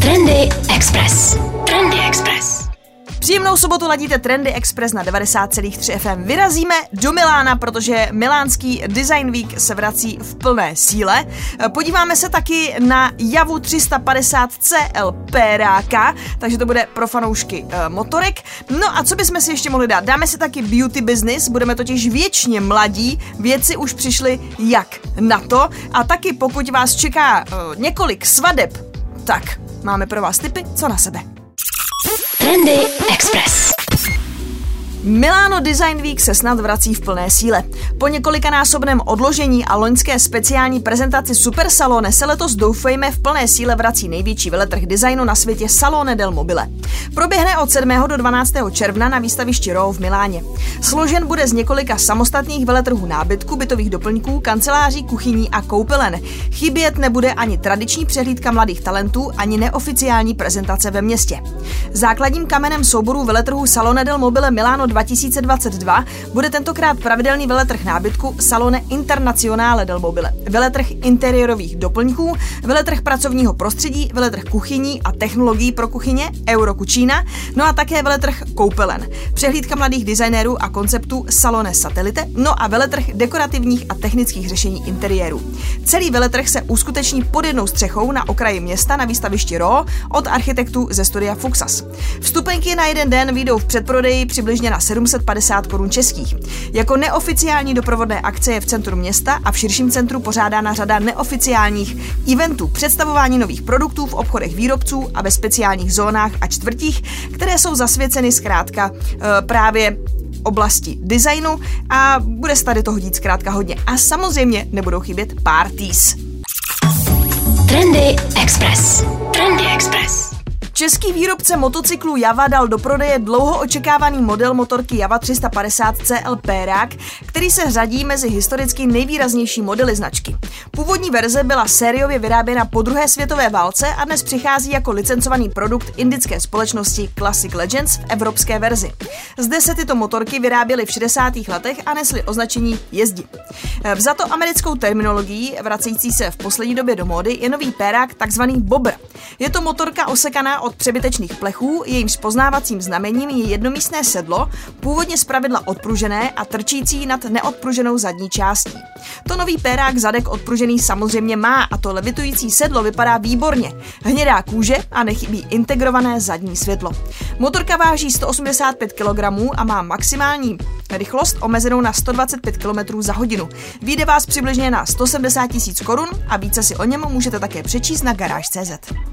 Trendy Express. Trendy Express. Příjemnou sobotu ladíte Trendy Express na 90,3 FM. Vyrazíme do Milána, protože milánský Design Week se vrací v plné síle. Podíváme se taky na Javu 350 CL Péráka, takže to bude pro fanoušky motorek. No a co bychom si ještě mohli dát? Dáme si taky beauty business, budeme totiž věčně mladí, vědci už přišli jak na to. A taky pokud vás čeká několik svadeb, tak máme pro vás tipy, co na sebe. Trendy Express. Milano Design Week se snad vrací v plné síle. Po několikanásobném odložení a loňské speciální prezentaci Super Salone se letos doufejme v plné síle vrací největší veletrh designu na světě Salone del Mobile. Proběhne od 7. do 12. června na výstavišti Row v Miláně. Složen bude z několika samostatných veletrhů nábytku, bytových doplňků, kanceláří, kuchyní a koupelen. Chybět nebude ani tradiční přehlídka mladých talentů, ani neoficiální prezentace ve městě. Základním kamenem souboru veletrhu Salone del Mobile Milano 2022 bude tentokrát pravidelný veletrh nábytku Salone Internazionale del Mobile, veletrh interiérových doplňků, veletrh pracovního prostředí, veletrh kuchyní a technologií pro kuchyně Eurocucina, no a také veletrh koupelen, přehlídka mladých designérů a konceptů Salone Satellite, no a veletrh dekorativních a technických řešení interiéru. Celý veletrh se uskuteční pod jednou střechou na okraji města na výstavišti Row od architektů ze studia Fuxas. Vstupenky na jeden den vyjdou v předprodeji přibližně na 750 korun českých. Jako neoficiální doprovodné akce je v centru města a v širším centru pořádána řada neoficiálních eventů, představování nových produktů v obchodech výrobců a ve speciálních zónách a čtvrtích, které jsou zasvěceny zkrátka právě oblasti designu a bude se tady toho dít zkrátka hodně. A samozřejmě nebudou chybět parties. Trendy Express. Trendy Express. Český výrobce motocyklů Java dal do prodeje dlouho očekávaný model motorky Java 350 CL Pérák, který se řadí mezi historicky nejvýraznější modely značky. Původní verze byla sériově vyráběna po druhé světové válce a dnes přichází jako licencovaný produkt indické společnosti Classic Legends v evropské verzi. Zde se tyto motorky vyráběly v 60. letech a nesly označení jezdi. Vzato americkou terminologií, vracející se v poslední době do módy, je nový Pérák takzvaný Bobr. Je to motorka osekaná od přebytečných plechů, jejímž poznávacím znamením je jednomístné sedlo, původně zpravidla odpružené a trčící nad neodpruženou zadní částí. To nový Pérák zadek odpružený samozřejmě má a to levitující sedlo vypadá výborně. Hnědá kůže a nechybí integrované zadní světlo. Motorka váží 185 kg a má maximální rychlost omezenou na 125 km za hodinu. Vyjde vás přibližně na 170 000 korun a více si o něm můžete také přečíst na garáž.cz.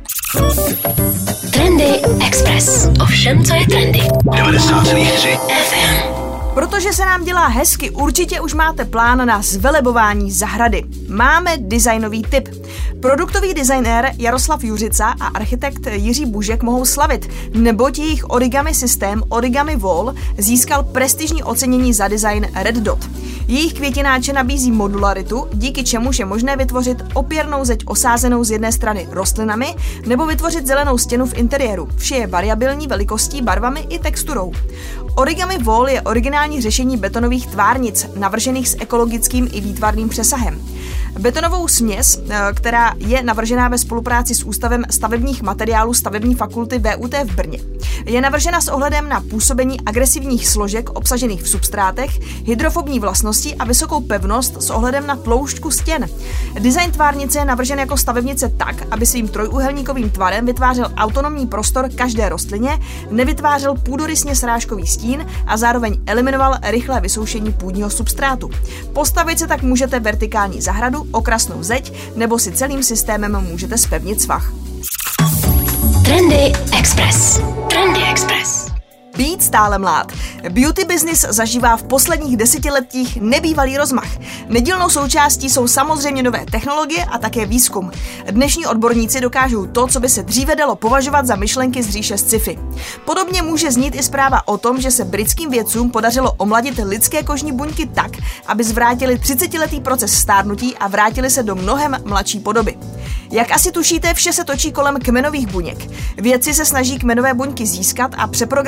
Trendy Express. Ovšem, co je trendy? 90,3 FM. Protože se nám dělá hezky, určitě už máte plán na zvelebování zahrady. Máme designový tip. Produktový designér Jaroslav Juřica a architekt Jiří Bužek mohou slavit, neboť jejich origami systém Origami Wall získal prestižní ocenění za design Red Dot. Jejich květináče nabízí modularitu, díky čemuž je možné vytvořit opěrnou zeď osázenou z jedné strany rostlinami nebo vytvořit zelenou stěnu v interiéru. Vše je variabilní velikostí, barvami i texturou. Origami Wall je originální řešení betonových tvárnic, navržených s ekologickým i výtvarným přesahem. Betonovou směs, která je navržená ve spolupráci s Ústavem stavebních materiálů Stavební fakulty VUT v Brně. Je navržena s ohledem na působení agresivních složek obsažených v substrátech, hydrofobní vlastnosti a vysokou pevnost s ohledem na tloušťku stěn. Design tvárnice je navržen jako stavebnice tak, aby svým trojúhelníkovým tvarem vytvářel autonomní prostor každé rostlině, nevytvářel půdorysně srážkový stín a zároveň eliminoval rychlé vysoušení půdního substrátu. Postavit se tak můžete vertikální zahradu, okrasnou zeď nebo si celým systémem můžete zpevnit svah. Trendy Express. Trendy Express. Být stále mlád. Beauty business zažívá v posledních desetiletích nebývalý rozmach. Nedílnou součástí jsou samozřejmě nové technologie a také výzkum. Dnešní odborníci dokážou to, co by se dříve dalo považovat za myšlenky z říše sci-fi. Podobně může znít i zpráva o tom, že se britským vědcům podařilo omladit lidské kožní buňky tak, aby zvrátili 30letý proces stárnutí a vrátili se do mnohem mladší podoby. Jak asi tušíte, vše se točí kolem kmenových buněk. Vědci se snaží kmenové buňky získat a přeprogramovat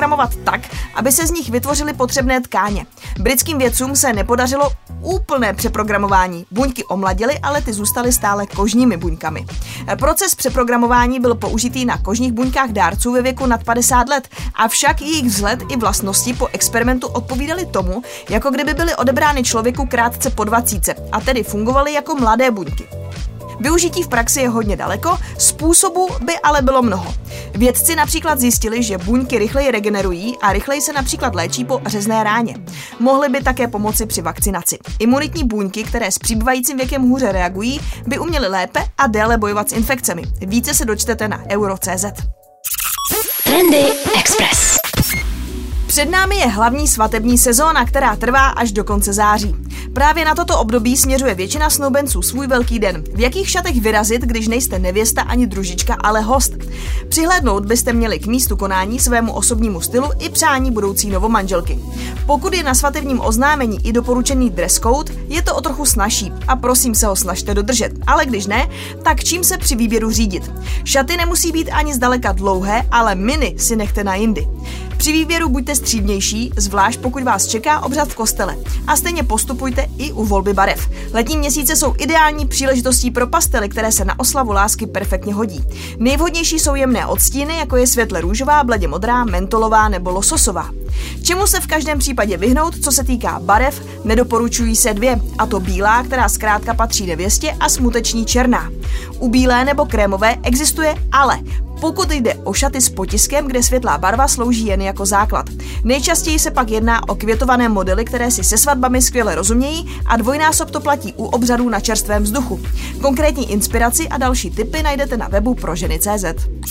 tak, aby se z nich vytvořily potřebné tkáně. Britským vědcům se nepodařilo úplné přeprogramování. Buňky omladily, ale ty zůstaly stále kožními buňkami. Proces přeprogramování byl použitý na kožních buňkách dárců ve věku nad 50 let, avšak jejich vzhled i vlastnosti po experimentu odpovídaly tomu, jako kdyby byly odebrány člověku krátce po 20 a tedy fungovaly jako mladé buňky. Využití v praxi je hodně daleko, způsobů by ale bylo mnoho. Vědci například zjistili, že buňky rychleji regenerují a rychleji se například léčí po řezné ráně. Mohly by také pomoci při vakcinaci. Imunitní buňky, které s přibývajícím věkem hůře reagují, by uměly lépe a déle bojovat s infekcemi. Více se dočtete na euro.cz. Trendy Express. Před námi je hlavní svatební sezóna, která trvá až do konce září. Právě na toto období směřuje většina snoubenců svůj velký den. V jakých šatech vyrazit, když nejste nevěsta ani družička, ale host? Přihlédnout byste měli k místu konání, svému osobnímu stylu i přání budoucí novomanželky. Pokud je na svatebním oznámení i doporučený dress code, je to o trochu snazší a prosím se ho snažte dodržet. Ale když ne, tak čím se při výběru řídit? Šaty nemusí být ani zdaleka dlouhé, ale mini si nechte na jindy. Při výběru buďte střídnější, zvlášť pokud vás čeká obřad v kostele. A stejně postupujte i u volby barev. Letní měsíce jsou ideální příležitostí pro pastely, které se na oslavu lásky perfektně hodí. Nejvhodnější jsou jemné odstíny, jako je světle růžová, bledě modrá, mentolová nebo lososová. Čemu se v každém případě vyhnout, co se týká barev, nedoporučují se dvě, a to bílá, která zkrátka patří nevěstě, a smuteční černá. U bílé nebo krémové existuje ale. Pokud jde o šaty s potiskem, kde světlá barva slouží jen jako základ. Nejčastěji se pak jedná o květované modely, které si se svatbami skvěle rozumějí a dvojnásob to platí u obřadů na čerstvém vzduchu. Konkrétní inspiraci a další tipy najdete na webu proženy.cz.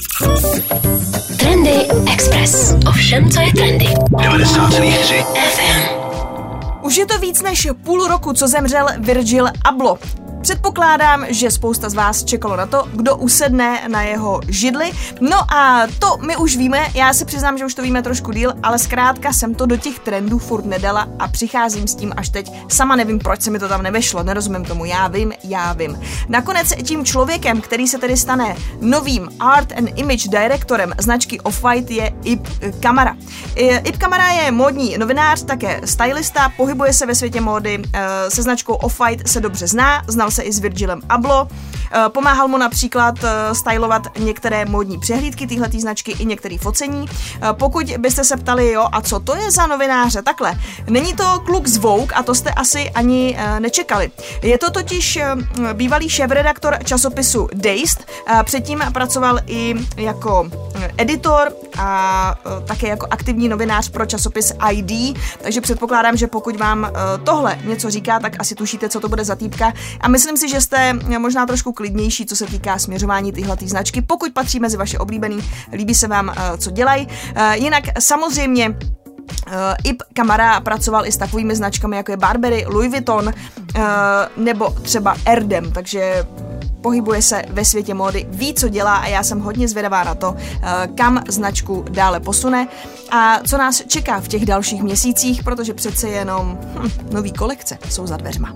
Trendy Express. Ovšem, co je trendy. 90,3 FM. Už je to víc než půl roku, co zemřel Virgil Abloh. Předpokládám, že spousta z vás čekalo na to, kdo usedne na jeho židli. No a to my už víme, já se přiznám, že už to víme trošku díl, ale zkrátka jsem to do těch trendů furt nedala a přicházím s tím až teď. Sama nevím, proč se mi to tam nevešlo, nerozumím tomu, já vím. Nakonec tím člověkem, který se tedy stane novým Art and Image Directorem značky Off-White, je Ib Kamara. Ib Kamara je módní novinář, také stylista, pohybuje se ve světě módy, se značkou Off-White se dobře znal se i s Virgilem Abloh. Pomáhal mu například stylovat některé módní přehlídky téhletý značky i některé focení. Pokud byste se ptali, jo, a co to je za novináře, takhle. Není to kluk z Vogue a to jste asi ani nečekali. Je to totiž bývalý šéfredaktor časopisu Dazed. Předtím pracoval i jako editor a také jako aktivní novinář pro časopis ID, takže předpokládám, že pokud vám tohle něco říká, tak asi tušíte, co to bude za týpka. A myslím si, že jste možná trošku klidnější, co se týká směřování téhletý značky, pokud patří mezi vaše oblíbený, líbí se vám, co dělají. Jinak samozřejmě Ib Kamara pracoval i s takovými značkami, jako je Burberry, Louis Vuitton nebo třeba Erdem, takže pohybuje se ve světě módy, ví, co dělá a já jsem hodně zvědavá na to, kam značku dále posune a co nás čeká v těch dalších měsících, protože přece jenom nový kolekce jsou za dveřma.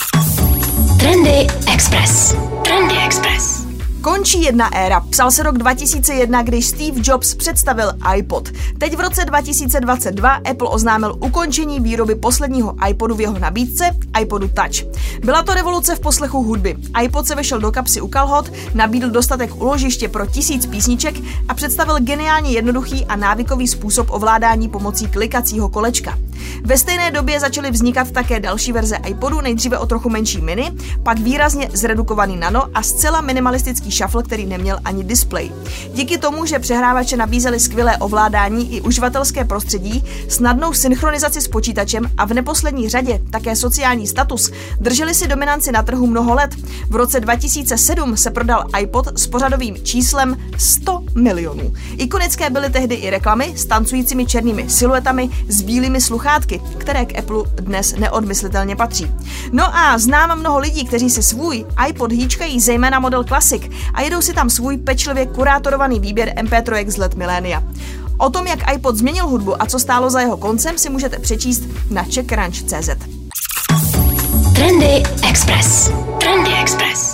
Trendy Express. Trendy Express. Končí jedna éra. Psal se rok 2001, když Steve Jobs představil iPod. Teď v roce 2022 Apple oznámil ukončení výroby posledního iPodu v jeho nabídce, iPodu Touch. Byla to revoluce v poslechu hudby. iPod se vešel do kapsy u kalhot, nabídl dostatek uložiště pro 1000 písniček a představil geniálně jednoduchý a návykový způsob ovládání pomocí klikacího kolečka. Ve stejné době začaly vznikat také další verze iPodu, nejdříve o trochu menší mini, pak výrazně zredukovaný nano a zcela minimalistický shuffle, který neměl ani displej. Díky tomu, že přehrávače nabízely skvělé ovládání i uživatelské prostředí, snadnou synchronizaci s počítačem a v neposlední řadě také sociální status, drželi si dominanci na trhu mnoho let. V roce 2007 se prodal iPod s pořadovým číslem 100 milionů. Ikonické byly tehdy i reklamy s tancujícími černými siluetami s bílými sluchátky, které k Apple dnes neodmyslitelně patří. No a znám mnoho lidí, kteří si svůj iPod hýčkají, zejména model Classic, a jedou si tam svůj pečlivě kurátorovaný výběr MP3 z let milénia. O tom, jak iPod změnil hudbu a co stálo za jeho koncem, si můžete přečíst na CheckCrunch.cz. Trendy Express. Trendy Express.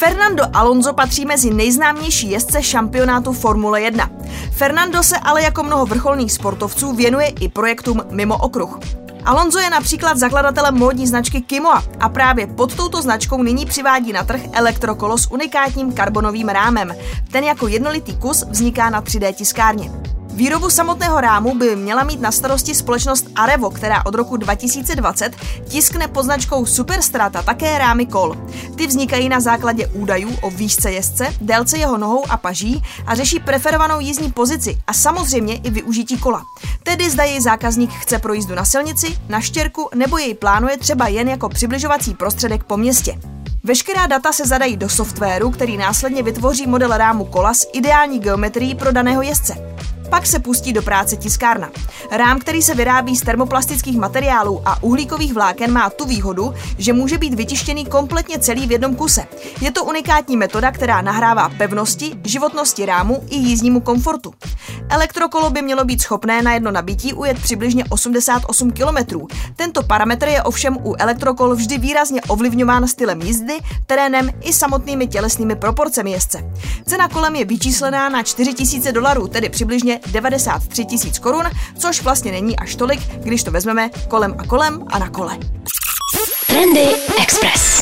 Fernando Alonso patří mezi nejznámější jezdce šampionátu Formule 1. Fernando se ale jako mnoho vrcholných sportovců věnuje i projektům mimo okruh. Alonso je například zakladatelem módní značky Kimoa a právě pod touto značkou nyní přivádí na trh elektrokolo s unikátním karbonovým rámem. Ten jako jednolitý kus vzniká na 3D tiskárně. Výrobu samotného rámu by měla mít na starosti společnost Arevo, která od roku 2020 tiskne pod značkou Superstrata také rámy kol. Ty vznikají na základě údajů o výšce jezdce, délce jeho nohou a paží a řeší preferovanou jízdní pozici a samozřejmě i využití kola. Tedy zda jej zákazník chce pro jízdu na silnici, na štěrku nebo jej plánuje třeba jen jako přibližovací prostředek po městě. Veškerá data se zadají do softwaru, který následně vytvoří model rámu kola s ideální geometrií pro daného jezdce. Pak se pustí do práce tiskárna. Rám, který se vyrábí z termoplastických materiálů a uhlíkových vláken, má tu výhodu, že může být vytištěný kompletně celý v jednom kuse. Je to unikátní metoda, která nahrává pevnosti, životnosti rámu i jízdnímu komfortu. Elektrokolo by mělo být schopné na jedno nabití ujet přibližně 88 km. Tento parametr je ovšem u elektrokol vždy výrazně ovlivňován stylem jízdy, terénem i samotnými tělesnými proporcemi jezdce. Cena kolem je vyčíslená na $4,000, tedy přibližně 93 000 korun, což vlastně není až tolik, když to vezmeme kolem a na kole. Trendy Express.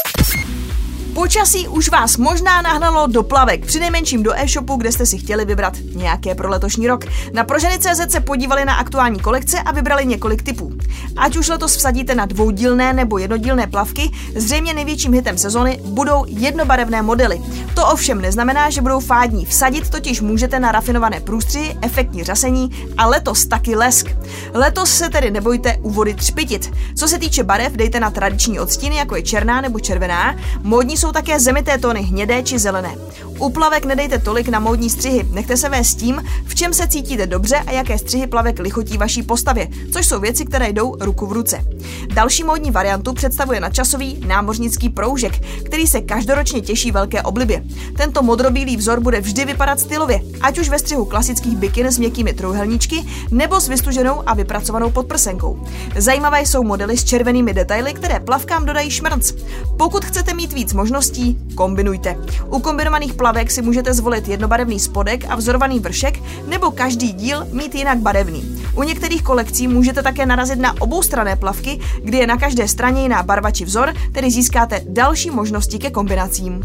Počasí už vás možná nahnalo do plavek, přinejmenším do e-shopu, kde jste si chtěli vybrat nějaké pro letošní rok. Na proženy.cz se podívali na aktuální kolekce a vybrali několik typů. Ať už letos vsadíte na dvoudílné nebo jednodílné plavky, zřejmě největším hitem sezony budou jednobarevné modely. To ovšem neznamená, že budou fádní. Vsadit totiž můžete na rafinované průstřihy, efektní řasení a letos taky lesk. Letos se tedy nebojte u vody třpitit. Co se týče barev, dejte na tradiční odstíny, jako je černá nebo červená. Módní jsou také zemité tóny hnědé či zelené. U plavek nedejte tolik na módní střihy, nechte se vést tím, v čem se cítíte dobře a jaké střihy plavek lichotí vaší postavě, což jsou věci, které jdou ruku v ruce. Další módní variantu představuje nadčasový námořnický proužek, který se každoročně těší velké oblibě. Tento modrobílý vzor bude vždy vypadat stylově, ať už ve střihu klasických bikin s měkkými trojúhelníčky nebo s vystuženou a vypracovanou podprsenkou. Zajímavé jsou modely s červenými detaily, které plavkám dodají šmrnc. Pokud chcete mít víc možností, kombinujte. U kombinovaných plavek si můžete zvolit jednobarevný spodek a vzorovaný vršek, nebo každý díl mít jinak barevný. U některých kolekcí můžete také narazit na oboustranné plavky, kdy je na každé straně jiná barva či vzor, tedy získáte další možnosti ke kombinacím.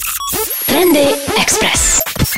Trendy Express.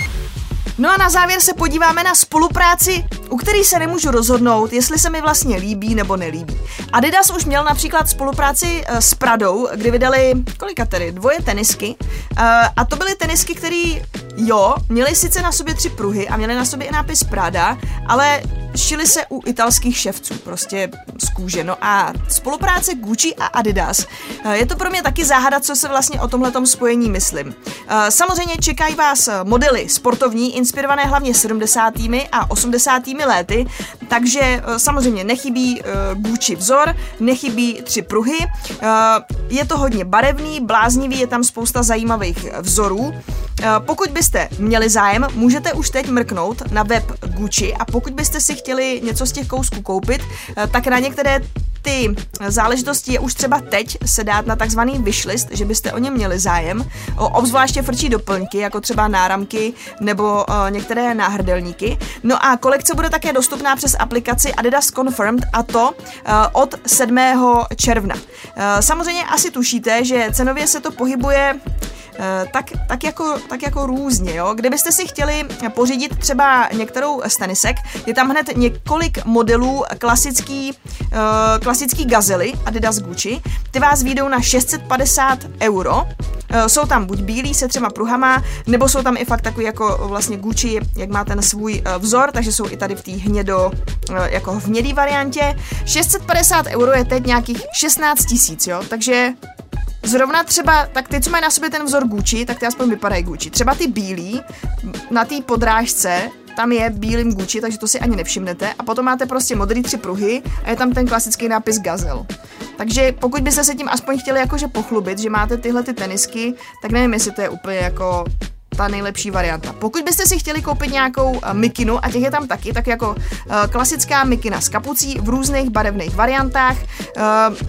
No a na závěr se podíváme na spolupráci, u který se nemůžu rozhodnout, jestli se mi vlastně líbí nebo nelíbí. Adidas už měl například spolupráci s Pradou, kdy vydali, dvoje tenisky. A to byly tenisky, které, měly sice na sobě 3 pruhy a měly na sobě i nápis Prada, ale šily se u italských ševců, prostě z kůže. No a spolupráce Gucci a Adidas, je to pro mě taky záhada, co se vlastně o tomhletom spojení myslím. Samozřejmě čekají vás modely sportovní, inspirované hlavně 70. a 80. léty, takže samozřejmě nechybí Gucci vzor, nechybí 3 pruhy, je to hodně barevný, bláznivý, je tam spousta zajímavých vzorů. Pokud byste měli zájem, můžete už teď mrknout na web Gucci a pokud byste si chtěli něco z těch kousků koupit, tak na některé ty záležitosti je už třeba teď se dát na takzvaný wishlist, že byste o ně měli zájem. Obzvláště frčí doplňky, jako třeba náramky nebo některé náhrdelníky. No a kolekce bude také dostupná přes aplikaci Adidas Confirmed a to od 7. června. Samozřejmě asi tušíte, že cenově se to pohybuje tak jako různě, jo. Kdybyste si chtěli pořídit třeba některou z tenisek, je tam hned několik modelů klasický gazely Adidas Gucci, ty vás vyjdou na 650 €. Jsou tam buď bílý se 3 pruhama, nebo jsou tam i fakt takový jako vlastně Gucci, jak má ten svůj vzor, takže jsou i tady v té jako v hnědý variantě. 650 € je teď nějakých 16 000, jo, takže zrovna třeba, tak ty, co mají na sobě ten vzor Gucci, tak ty aspoň vypadají Gucci. Třeba ty bílý, na té podrážce, tam je bílým Gucci, takže to si ani nevšimnete. A potom máte prostě modrý 3 pruhy a je tam ten klasický nápis Gazelle. Takže pokud byste se tím aspoň chtěli jakože pochlubit, že máte tyhle ty tenisky, tak nevím, jestli to je úplně jako ta nejlepší varianta. Pokud byste si chtěli koupit nějakou mikinu, a těch je tam taky, tak jako klasická mikina s kapucí v různých barevných variantách,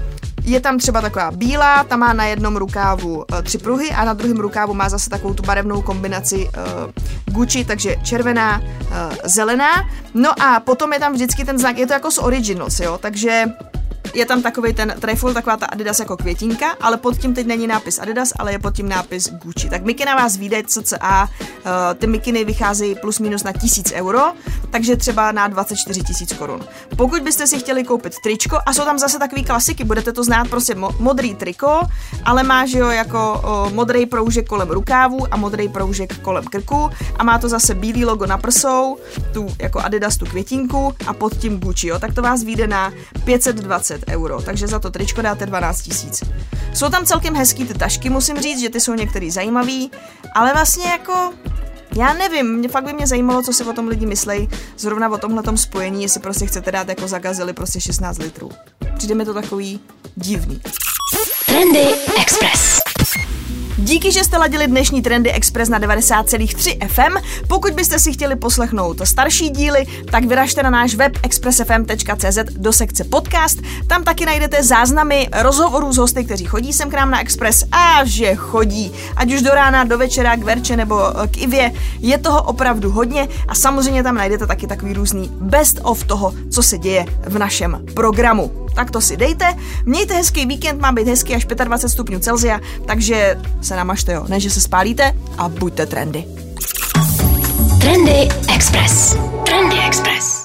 je tam třeba taková bílá, ta má na jednom rukávu 3 pruhy a na druhém rukávu má zase takovou tu barevnou kombinaci Gucci, takže červená, zelená. No a potom je tam vždycky ten znak, je to jako z Originals, jo, takže je tam takovej ten trifle, taková ta Adidas jako květinka, ale pod tím teď není nápis Adidas, ale je pod tím nápis Gucci. Tak mikina vás vyjde cca, ty mikiny vycházejí plus minus na 1000 euro, takže třeba na 24 000 korun. Pokud byste si chtěli koupit tričko, a jsou tam zase takový klasiky, budete to znát, prostě modrý triko, ale má, že jo, jako modrý proužek kolem rukávu a modrý proužek kolem krku a má to zase bílý logo na prsou, tu jako Adidas, tu květinku a pod tím Gucci, jo, tak to vás vyjde na 520 euro, takže za to tričko dáte 12 000. Jsou tam celkem hezký ty tašky, musím říct, že ty jsou některý zajímavý, ale vlastně jako, já nevím, fakt by mě zajímalo, co si o tom lidi myslejí, zrovna o tomhletom spojení, jestli prostě chcete dát jako za Gazely prostě 16 litrů. Přijde mi to takový divný. Trendy Express. Díky, že jste ladili dnešní Trendy Express na 90,3 FM. Pokud byste si chtěli poslechnout starší díly, tak vyražte na náš web expressfm.cz do sekce podcast. Tam taky najdete záznamy rozhovorů s hosty, kteří chodí sem k nám na Express a že chodí. Ať už do rána, do večera, k Verče nebo k Ivě. Je toho opravdu hodně a samozřejmě tam najdete taky takový různý best of toho, co se děje v našem programu. Tak to si dejte. Mějte hezký víkend, má být hezký až 25 stupňů Celsia, takže se namažte, jo, ne, že se spálíte a buďte trendy. Trendy Express. Trendy Express.